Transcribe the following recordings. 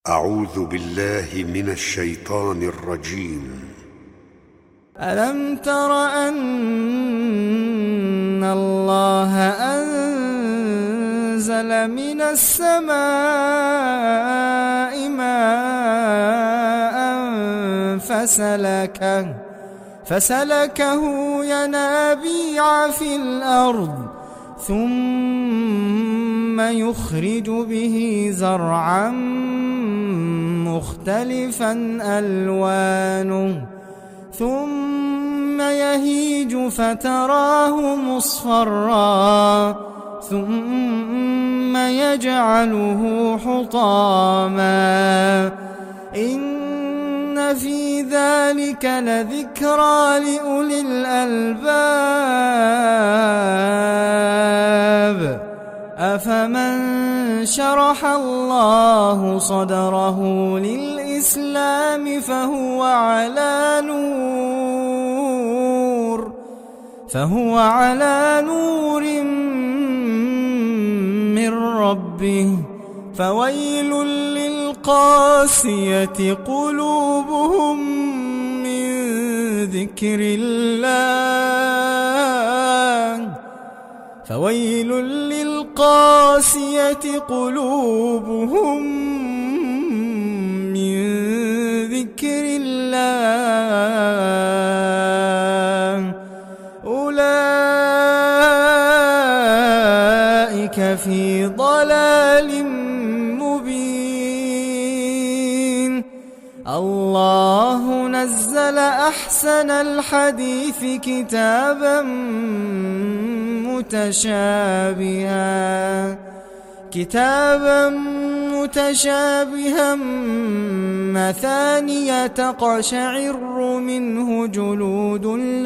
أعوذ بالله من الشيطان الرجيم. ألم تر أن الله أنزل من السماء ماء فسلكه ينابيع في الأرض ثم يخرج به زرعا مختلفا ألوانه ثم يهيج فتراه مصفرا ثم يجعله حطاما إن في ذلك لذكرى لأولي الألباب أفمن شرح الله صدره للإسلام فهو على نور من ربه فويل للقاسية قلوبهم من ذكر الله أولئك في ضلال مبين الله نزل أحسن الحديث كتابا متشابها مثانية تقشعر منه جلود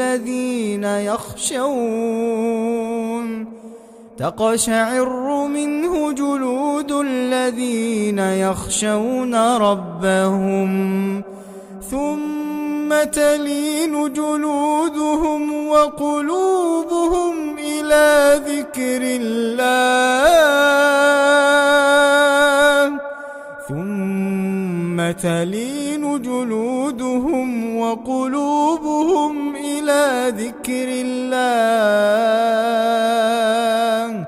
الذين يخشون ربهم ثم تلين جلودهم وقلوبهم إلى ذكر الله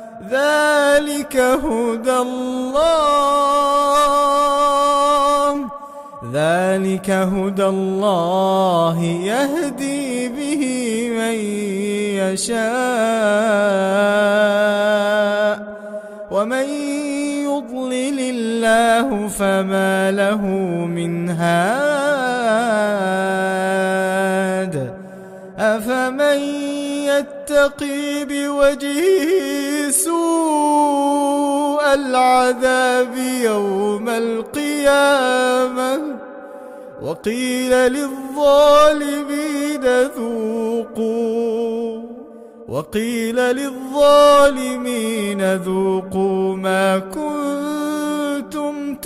ذلك هدى الله يهدي به من يشاء ومن يضلل الله فما له من هاد أفمن يتقي بوجهه سوء العذاب يوم القيامة وقيل للظالمين ذوقوا ما كنتم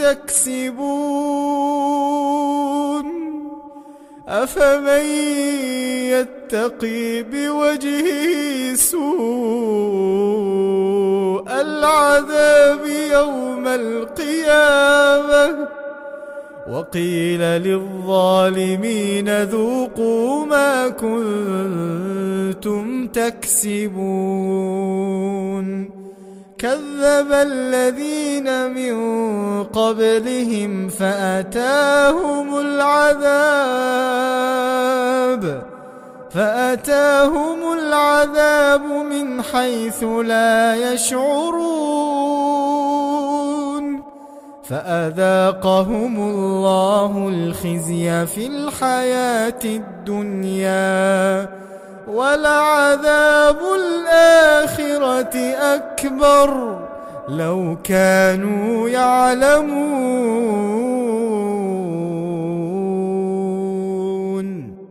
تكسبون أفمن يتقي بوجهه سوء العذاب يوم القيامة وقيل للظالمين ذوقوا ما كنتم تكسبون كذب الذين من قبلهم فأتاهم العذاب من حيث لا يشعرون فأذاقهم الله الخزي في الحياة الدنيا ولعذاب الآخرة أكبر لو كانوا يعلمون.